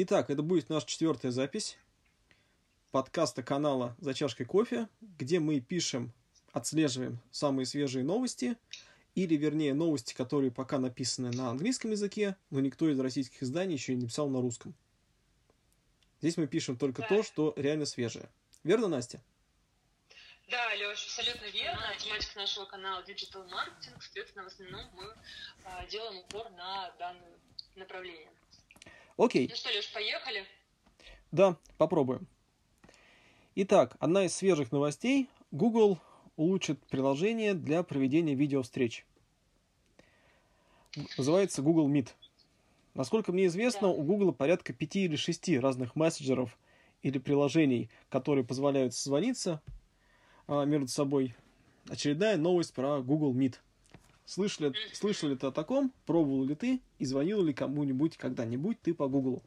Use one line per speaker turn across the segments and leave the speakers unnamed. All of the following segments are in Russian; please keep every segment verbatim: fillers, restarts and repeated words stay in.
Итак, это будет наша четвертая запись подкаста канала «За чашкой кофе», где мы пишем, отслеживаем самые свежие новости, или, вернее, новости, которые пока написаны на английском языке, но никто из российских изданий еще не написал на русском. Здесь мы пишем только
Да.
то, что реально свежее. Верно, Настя?
Да, Леш, абсолютно верно. Тематика нашего канала Digital Marketing, соответственно, в основном мы а, делаем упор на данное направление.
Окей.
Ну что, Леш, поехали?
Да, попробуем. Итак, одна из свежих новостей. Google улучшит приложение для проведения видеовстреч. Называется Google Meet. Насколько мне известно,
Да.
у Google порядка пяти или шести разных мессенджеров или приложений, которые позволяют созвониться а, между собой. Очередная новость про Google Meet. Слышали, слышал ли ты о таком? Пробовал ли ты? И звонил ли кому-нибудь когда-нибудь ты по Google?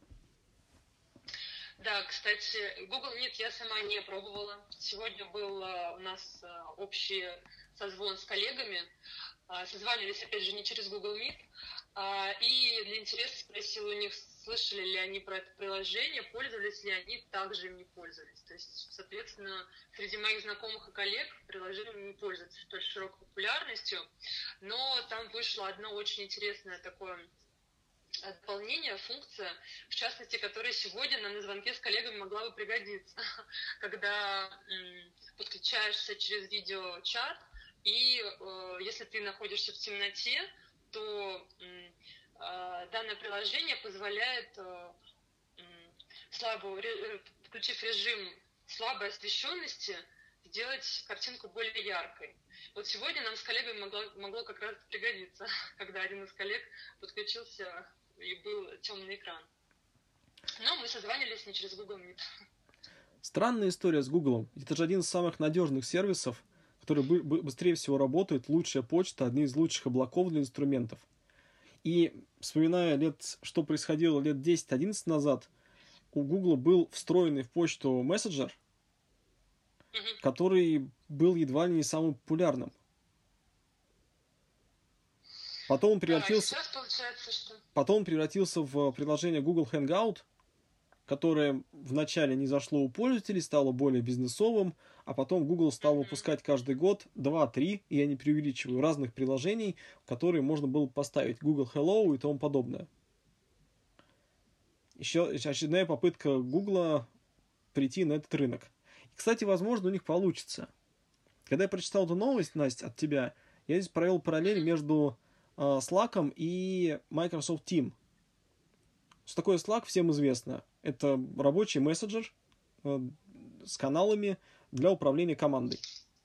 Да, кстати, Google Meet я сама не пробовала. Сегодня был а, у нас а, общий созвон с коллегами. А, созванивались, опять же, не через Google Meet. А, и для интереса спросила у них, слышали ли они про это приложение, пользовались ли они, также им не пользовались. То есть, соответственно, среди моих знакомых и коллег приложение не пользуется столь широкой популярностью. Но там вышло одно очень интересное такое дополнение, функция, в частности, которая сегодня нам на звонке с коллегами могла бы пригодиться, когда м, подключаешься через видеочат, и э, если ты находишься в темноте, то м, э, данное приложение позволяет, э, м, слабо, ре, включив режим слабой освещенности, сделать картинку более яркой. Вот сегодня нам с коллегами могло, могло как раз пригодиться, когда один из коллег подключился и был темный экран. Но мы созванивались не через Google Meet.
Странная история с Google. Это же один из самых надежных сервисов, который быстрее всего работает, лучшая почта, одни из лучших облаков для инструментов. И вспоминая, лет, что происходило лет десять-одиннадцать назад, у Google был встроенный в почту мессенджер,
Мгм.
который был едва ли не самым популярным. Потом он
Да, а
превратился,
сейчас получается, что...
потом он превратился в приложение Google Hangout, которое вначале не зашло у пользователей, стало более бизнесовым, а потом Google стал
Мгм.
выпускать каждый год два-три, и я не преувеличиваю, разных приложений, которые можно было поставить. Google Hello и тому подобное. Еще очередная попытка Google прийти на этот рынок. И, кстати, возможно, у них получится. Когда я прочитал эту новость, Настя, от тебя, я здесь провел параллель между э, Slack и Microsoft Teams. Что такое Slack, всем известно. Это рабочий мессенджер э, с каналами для управления командой.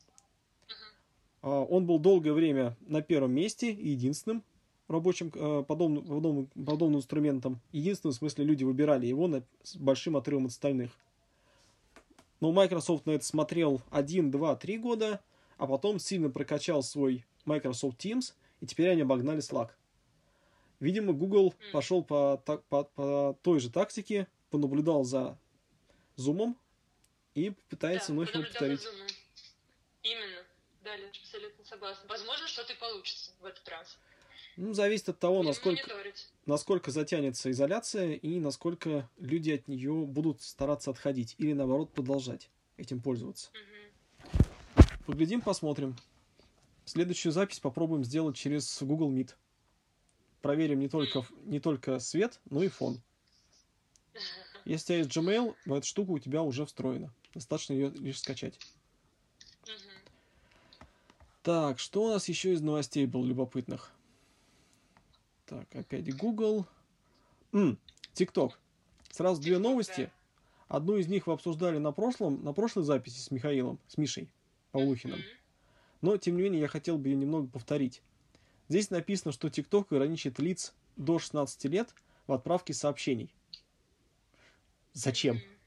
Э, он был долгое время на первом месте и единственным рабочим э, подобным, подобным, подобным инструментом. Единственным, в смысле, люди выбирали его на, с большим отрывом от остальных. Но Microsoft на это смотрел один, два, три года, а потом сильно прокачал свой Microsoft Teams, и теперь они обогнали Slack. Видимо, Google пошел по, по, по той же тактике, понаблюдал за Zoom и пытается
Да,
вновь его
понаблюдал за
повторить.
Zoom. Именно. Да, Леш, абсолютно согласна. Возможно, что-то и получится в этот раз.
Ну, зависит от того,
Будем
насколько,
мониторить.
насколько затянется изоляция и насколько люди от нее будут стараться отходить или, наоборот, продолжать этим пользоваться.
Мгм.
Поглядим, посмотрим. Следующую запись попробуем сделать через Google Meet. Проверим не только, не только свет, но и фон. Если у тебя есть Gmail, эта штука у тебя уже встроена. Достаточно ее лишь скачать.
Мгм.
Так, что у нас еще из новостей было любопытных? Так, опять Google. М, TikTok. Сразу две
TikTok,
новости.
да.
Одну из них вы обсуждали на прошлом, на прошлой записи с Михаилом, с Мишей Павлухиным.
Мгм.
Но, тем не менее, я хотел бы ее немного повторить. Здесь написано, что TikTok ограничит лиц до шестнадцати лет в отправке сообщений. Зачем?
Мгм.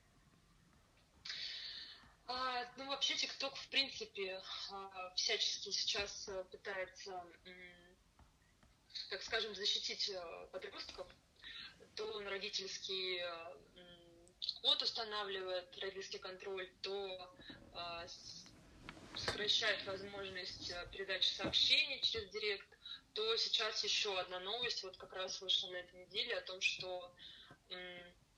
А, ну, вообще, TikTok, в принципе, а, всячески сейчас а, пытается, м, так скажем, защитить а, подростков. То он родительский а, м, код устанавливает, родительский контроль, то а, с- сокращает возможность а, передачи сообщений через директ, то сейчас еще одна новость, вот как раз вышла на этой неделе, о том, что м,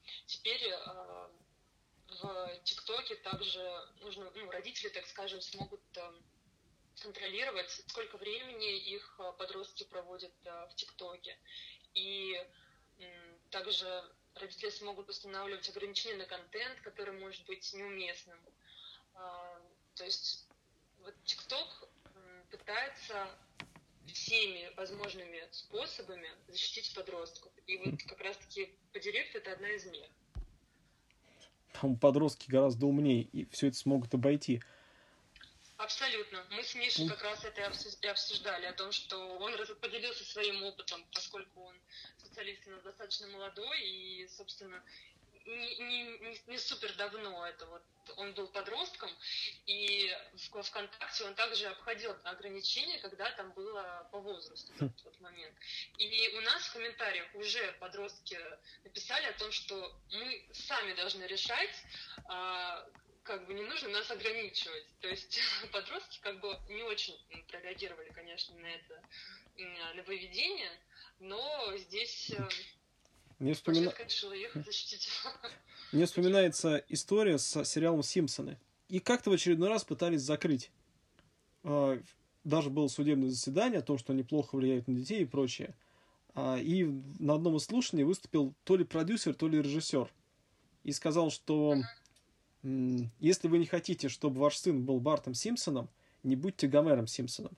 Теперь э, в ТикТоке также нужно, ну, родители, так скажем, смогут э, контролировать, сколько времени их э, подростки проводят э, в ТикТоке. И м, также родители смогут устанавливать ограничения на контент, который может быть неуместным. А, то есть вот ТикТок пытается всеми возможными способами защитить подростков. И вот как раз-таки по директу это одна из мер.
Там подростки гораздо умнее, и все это смогут обойти.
Абсолютно. Мы с Мишей как раз это и обсуждали, о том, что он поделился своим опытом, поскольку он специалист у нас достаточно молодой, и, собственно, не, не, не супер давно это вот он был подростком, и в ВКонтакте он также обходил ограничения, когда там было по возрасту в тот момент. И у нас в комментариях уже подростки написали о том, что мы сами должны решать, как бы не нужно нас ограничивать. То есть подростки как бы не очень прореагировали, конечно, на это нововведение, но здесь
мне, вспомина...
решила их защитить.
Мне вспоминается история с сериалом «Симпсоны». И как-то в очередной раз пытались закрыть. Даже было судебное заседание о том, что они плохо влияют на детей и прочее. И на одном из слушаний выступил то ли продюсер, то ли режиссер. И сказал, что если вы не хотите, чтобы ваш сын был Бартом Симпсоном, не будьте Гомером Симпсоном.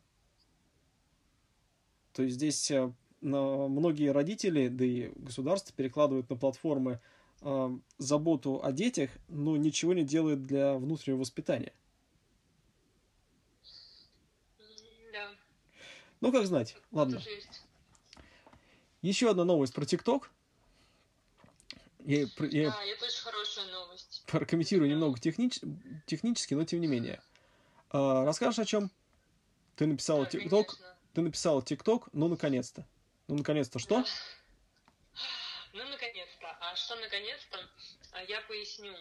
То есть здесь многие родители, да и государство перекладывают на платформы э, заботу о детях, но ничего не делают для внутреннего воспитания.
Да.
Ну, как знать. Ладно. Еще одна новость про ТикТок. Я, я,
да, это очень хорошая новость.
Прокомментирую да. немного технич, технически, но тем не менее. А, расскажешь, о чем? Ты написала ТикТок. Да, ты написала ТикТок, ну, наконец-то. Ну, наконец-то что?
Да. Ну, наконец-то. А что наконец-то? Я поясню.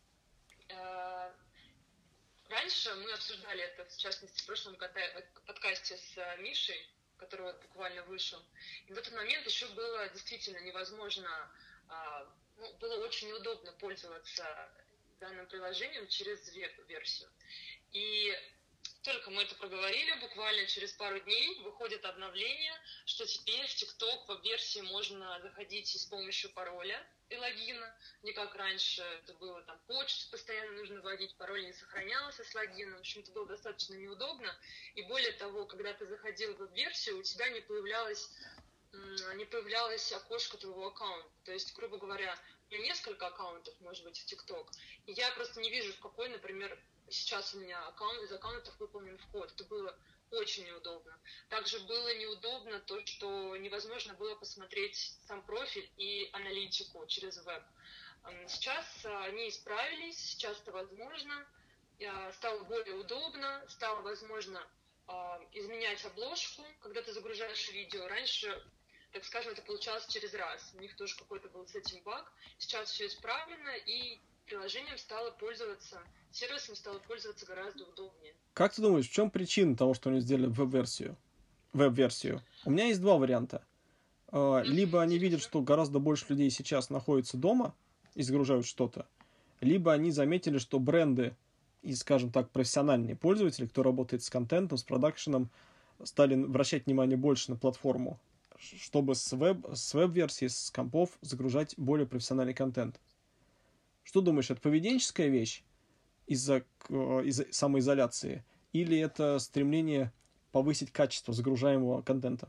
Раньше мы обсуждали это, в частности, в прошлом подкасте с Мишей, который вот буквально вышел. И в этот момент еще было действительно невозможно, ну, было очень неудобно пользоваться данным приложением через веб-версию. И только мы это проговорили, буквально через пару дней выходит обновление, что теперь в TikTok в версии можно заходить и с помощью пароля и логина. Не как раньше это было, там почту постоянно нужно вводить, пароль не сохранялся с логином. В общем, это было достаточно неудобно. И более того, когда ты заходил в версию, у тебя не появлялось, не появлялось окошко твоего аккаунта. То есть, грубо говоря, у меня несколько аккаунтов, может быть, в TikTok, и я просто не вижу, в какой, например, сейчас у меня аккаунт, из аккаунтов выполнен вход. Это было очень неудобно. Также было неудобно то, что невозможно было посмотреть сам профиль и аналитику через веб. Сейчас они исправились, сейчас это возможно, стало более удобно, стало возможно изменять обложку, когда ты загружаешь видео. Раньше, так скажем, это получалось через раз. У них тоже какой-то был с этим баг. Сейчас все исправлено, и приложением стало пользоваться, сервисом стало пользоваться гораздо удобнее.
Как ты думаешь, в чем причина того, что они сделали веб-версию? Веб-версию. У меня есть два варианта. Либо они видят, что гораздо больше людей сейчас находится дома и загружают что-то, либо они заметили, что бренды и, скажем так, профессиональные пользователи, кто работает с контентом, с продакшеном, стали обращать внимание больше на платформу, чтобы с, веб, с веб-версии, с компов загружать более профессиональный контент. Что думаешь, это поведенческая вещь из-за, из-за самоизоляции, или это стремление повысить качество загружаемого контента?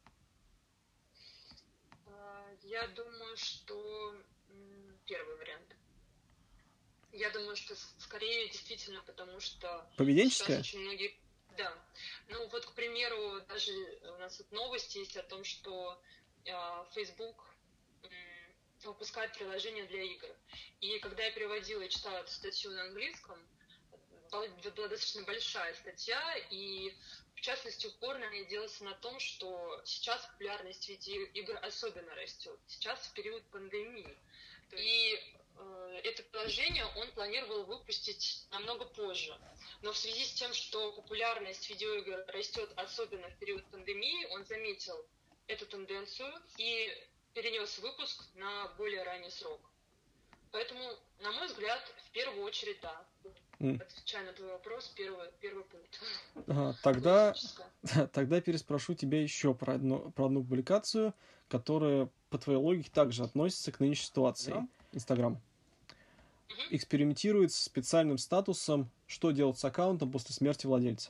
Я думаю, что первый вариант. Я думаю, что скорее действительно, потому что
поведенческая?
Сейчас очень многие... Да. Ну вот, к примеру, даже у нас вот новости есть о том, что э, Facebook выпускает приложение для игр. И когда я переводила и читала эту статью на английском, была достаточно большая статья, и в частности упор на ней делался на том, что сейчас популярность видеоигр особенно растет. Сейчас в период пандемии. И э, это приложение он планировал выпустить намного позже. Но в связи с тем, что популярность видеоигр растет особенно в период пандемии, он заметил эту тенденцию и перенес выпуск на более ранний срок. Поэтому, на мой взгляд, в первую очередь, да.
Mm.
Отвечая на твой вопрос, первый, первый пункт.
Ага, тогда, тогда переспрошу тебя еще про одну, про одну публикацию, которая, по твоей логике, также относится к нынешней ситуации. Инстаграм.
Mm-hmm.
Экспериментирует с специальным статусом, что делать с аккаунтом после смерти владельца.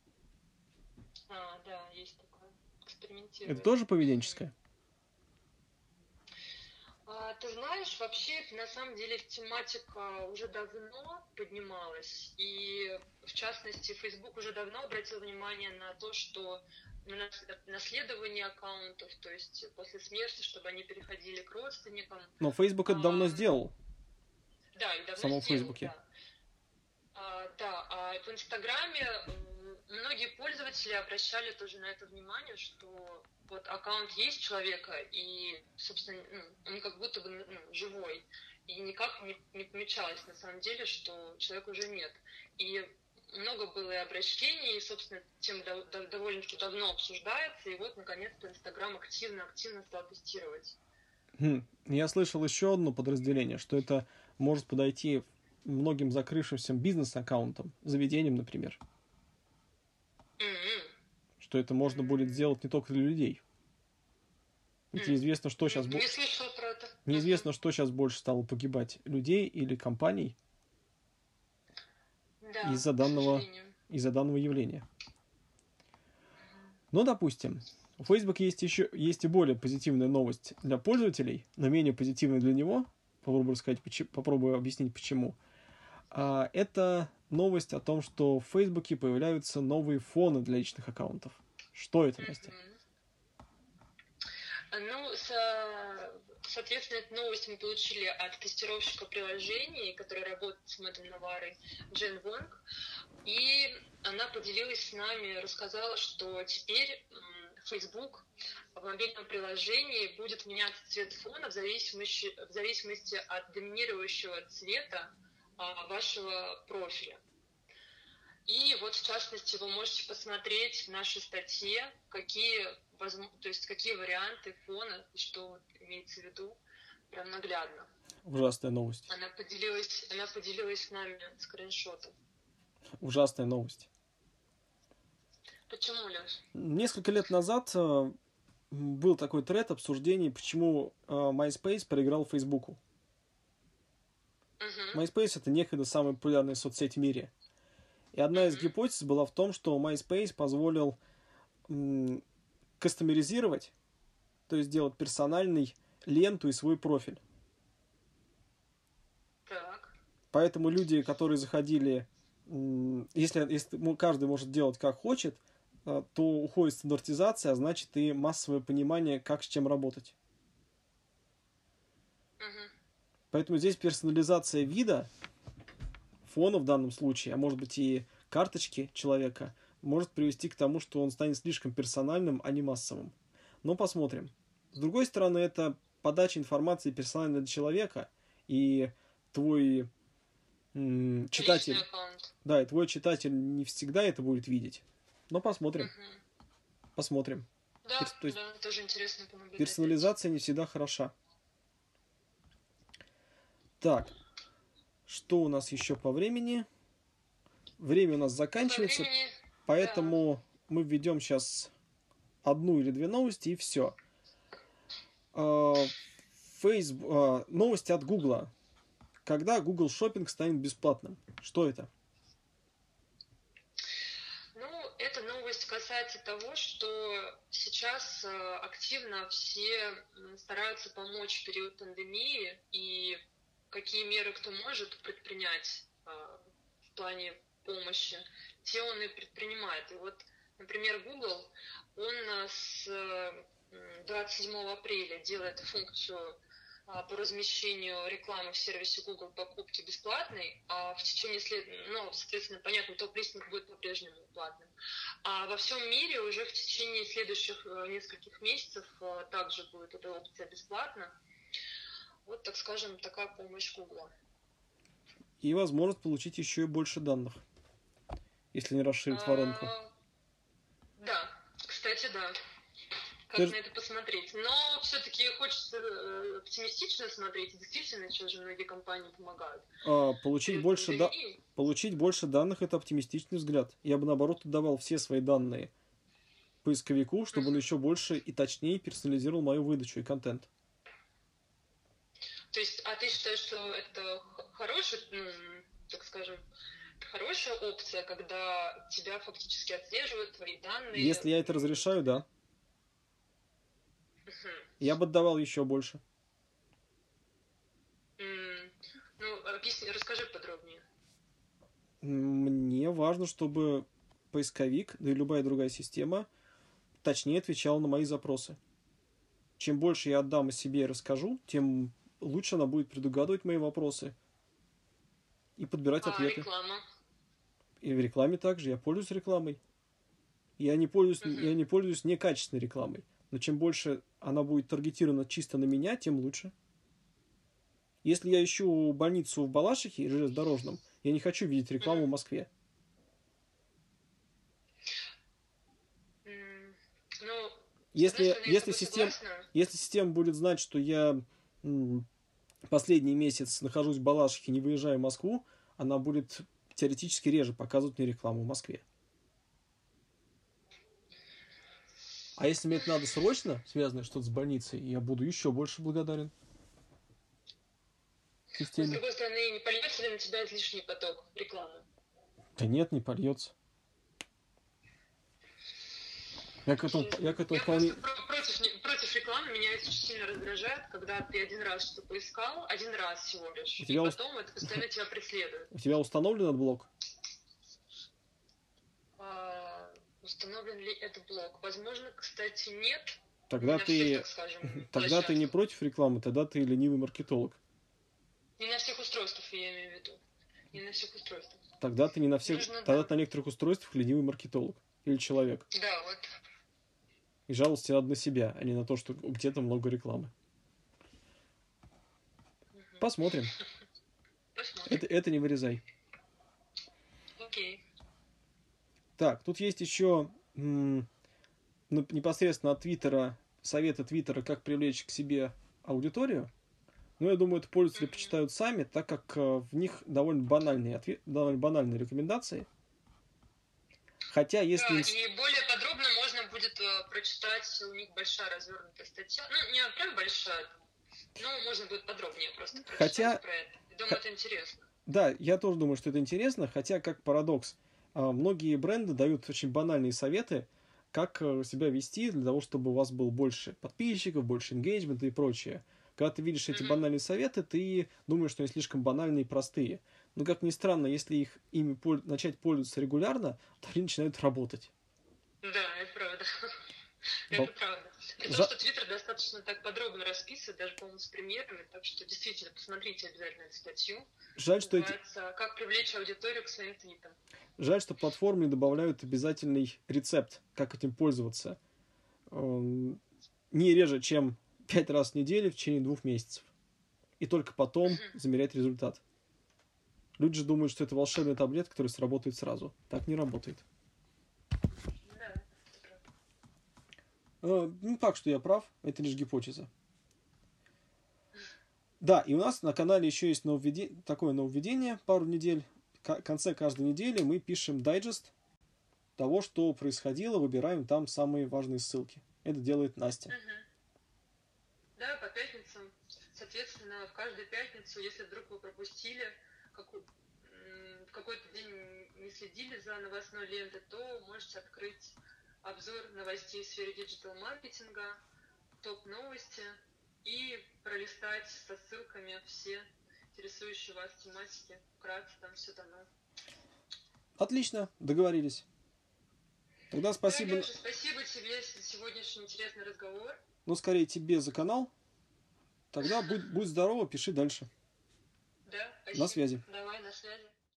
А, да, есть такое. Экспериментирует.
Это тоже поведенческое?
Ты знаешь, вообще, на самом деле, тематика уже давно поднималась, и, в частности, Facebook уже давно обратил внимание на то, что на наследование аккаунтов, то есть после смерти, чтобы они переходили к родственникам.
Но Facebook это давно
а,
сделал.
Да, и давно
в самом
сделал,
Фейсбуке.
да. А, да, а в Инстаграме многие пользователи обращали тоже на это внимание, что вот аккаунт есть человека, и, собственно, ну, он как будто бы ну, живой. И никак не, не помечалось на самом деле, что человека уже нет. И много было и обращений, и, собственно, тема дов- довольно-таки давно обсуждается, и вот, наконец-то, Инстаграм активно-активно стал тестировать.
Хм. Я слышал еще одно подразделение, что это может подойти многим закрывшимся бизнес-аккаунтам, заведениям, например.
Mm-hmm.
Что это можно mm-hmm. будет сделать не только для людей. Ведь неизвестно, что сейчас...
Не слышал про это.
Неизвестно, что сейчас больше стало погибать, людей или компаний,
да,
из-за данного, из-за данного явления. Но, допустим, у Facebook есть еще есть и более позитивная новость для пользователей, но менее позитивная для него. Попробую сказать, попробую объяснить почему. А, это новость о том, что в Facebook появляются новые фоны для личных аккаунтов. Что это, Настя?
Ну, со... соответственно, эту новость мы получили от тестировщика приложений, который работает с Мэдом Наварой, Джен Вонг. И она поделилась с нами, рассказала, что теперь Facebook в мобильном приложении будет меняться цвет фона в зависимости, в зависимости от доминирующего цвета а, вашего профиля. И вот, в частности, вы можете посмотреть в нашей статье, какие, то есть, какие варианты фона, что имеется в виду, прям наглядно.
Ужасная новость.
Она поделилась, она поделилась с нами скриншотом.
Ужасная новость.
Почему, Леш?
Несколько лет назад э, был такой тред обсуждений, почему э, MySpace проиграл Фейсбуку.
Uh-huh.
MySpace — это некогда самая популярная соцсеть в мире. И одна из гипотез была в том, что MySpace позволил м, кастомеризировать, то есть сделать персональный ленту и свой профиль.
Так.
Поэтому люди, которые заходили, м, если, если каждый может делать как хочет, то уходит стандартизация, а значит и массовое понимание, как с чем работать.
Uh-huh.
Поэтому здесь персонализация вида, фона в данном случае, а может быть и карточки человека, может привести к тому, что он станет слишком персональным, а не массовым. Но посмотрим. С другой стороны, это подача информации персонально для человека, и твой м, читатель... Да, и твой читатель не всегда это будет видеть. Но посмотрим.
Uh-huh.
Посмотрим.
Да,
Перс... то есть
да, тоже интересно понаблюдать.
Персонализация не всегда хороша. Так, что у нас еще по времени? Время у нас заканчивается,
времени,
поэтому да. мы введем сейчас одну или две новости, и все. Facebook, новости от Гугла. Когда Google Shopping станет бесплатным? Что это?
Ну, эта новость касается того, что сейчас активно все стараются помочь в период пандемии, и какие меры кто может предпринять в плане помощи, те он и предпринимает. И вот, например, Google, он с двадцать седьмого апреля делает функцию по размещению рекламы в сервисе Google покупки бесплатной, а в течение след... ну, соответственно, понятно, топ-листинг будет по-прежнему платным. А во всем мире уже в течение следующих нескольких месяцев также будет эта опция бесплатна. Вот, так скажем, такая помощь Google.
И возможность получить еще и больше данных, если не расширить воронку.
А, да, кстати, да. как на это посмотреть. Но все-таки хочется оптимистично смотреть. Действительно, сейчас же многие компании помогают.
А, получить, больше да... получить больше данных – это оптимистичный взгляд. Я бы, наоборот, отдавал все свои данные поисковику, чтобы uh-huh. он еще больше и точнее персонализировал мою выдачу и контент.
То есть, а ты считаешь, что это хороший, так скажем, хорошая опция, когда тебя фактически отслеживают твои данные?
Если я это разрешаю, да. Я бы отдавал еще больше.
Mm. Ну, объясни, расскажи подробнее.
Мне важно, чтобы поисковик, да и любая другая система, точнее отвечала на мои запросы. Чем больше я отдам о себе и расскажу, тем лучше она будет предугадывать мои вопросы и подбирать
а,
ответы.
Реклама?
И в рекламе также. Я пользуюсь рекламой. Я не пользуюсь, uh-huh. я не пользуюсь некачественной рекламой. Но чем больше она будет таргетирована чисто на меня, тем лучше. Если я ищу больницу в Балашихе и железнодорожном, я не хочу видеть рекламу mm-hmm. в Москве.
Mm, ну,
если, стороны, если, систем, если система будет знать, что я м, последний месяц нахожусь в Балашихе и не выезжаю в Москву, она будет теоретически реже показывать мне рекламу в Москве. А если мне это надо срочно, связанное что-то с больницей, я буду еще больше благодарен системе.
Но, с другой стороны, не польется ли на тебя излишний поток рекламы?
Да нет, не польется. Я к этому, я к этому
я
вполне...
против, против рекламы, меня это очень сильно раздражает, когда ты один раз что-то поискал, один раз всего лишь, и потом это постоянно тебя преследует.
У тебя установлен этот блок?
А, установлен ли этот блок? Возможно, кстати, нет.
Тогда, ты...
всех, так скажем,
тогда ты не против рекламы, тогда ты ленивый маркетолог.
Не на всех устройствах, я имею в виду. Не на всех устройствах.
Тогда ты не на всех...
Нужно,
тогда
да.
ты на некоторых устройствах ленивый маркетолог. Или человек.
Да, вот.
И жаловаться надо на себя, а не на то, что где-то много рекламы.
Угу.
Посмотрим.
Посмотрим.
Это, это не вырезай.
Окей.
Так, тут есть еще м- непосредственно от Твиттера, советы Твиттера, как привлечь к себе аудиторию. Но я думаю, это пользователи mm-hmm. почитают сами, так как э, в них довольно банальные, ответ, довольно банальные рекомендации. Хотя, если...
Да, и более подробно можно будет э, прочитать, у них большая развернутая статья. Ну, не прям большая, но можно будет подробнее просто прочитать
хотя...
про это. Я думаю, это интересно.
Да, я тоже думаю, что это интересно, хотя, как парадокс, э, многие бренды дают очень банальные советы, как э, себя вести для того, чтобы у вас было больше подписчиков, больше engagement и прочее. Когда ты видишь эти mm-hmm. банальные советы, ты думаешь, что они слишком банальные и простые. Но, как ни странно, если их ими пол- начать пользоваться регулярно, то они начинают работать.
Да, это правда. Это правда. При том, что Твиттер достаточно так подробно расписывает, даже, по-моему, с примерами, так что действительно посмотрите обязательно эту статью.
Жаль, что эти...
«Как привлечь аудиторию к своим твитам».
Жаль, что платформы не добавляют обязательный рецепт, как этим пользоваться. Не реже, чем пять раз в неделю в течение двух месяцев. И только потом uh-huh. замерять результат. Люди же думают, что это волшебная таблетка, которая сработает сразу. Так не работает.
Да, это правда.
Э, не так, что я прав. Это лишь гипотеза. Да, и у нас на канале еще есть нововведение, такое нововведение. Пару недель. В конце каждой недели мы пишем дайджест того, что происходило. Выбираем там самые важные ссылки. Это делает Настя.
Uh-huh. Да, по пятницам. Соответственно, в каждую пятницу, если вдруг вы пропустили, какой, в какой-то день не следили за новостной лентой, то можете открыть обзор новостей в сфере диджитал-маркетинга, топ-новости и пролистать со ссылками все интересующие вас тематики. Вкратце там все дано.
Отлично, договорились. Тогда спасибо.
Да, Леша, спасибо тебе за сегодняшний интересный разговор.
Ну, скорее тебе за канал. Тогда будь, будь здорова, пиши дальше.
Да, спасибо.
На связи.
Давай, на связи.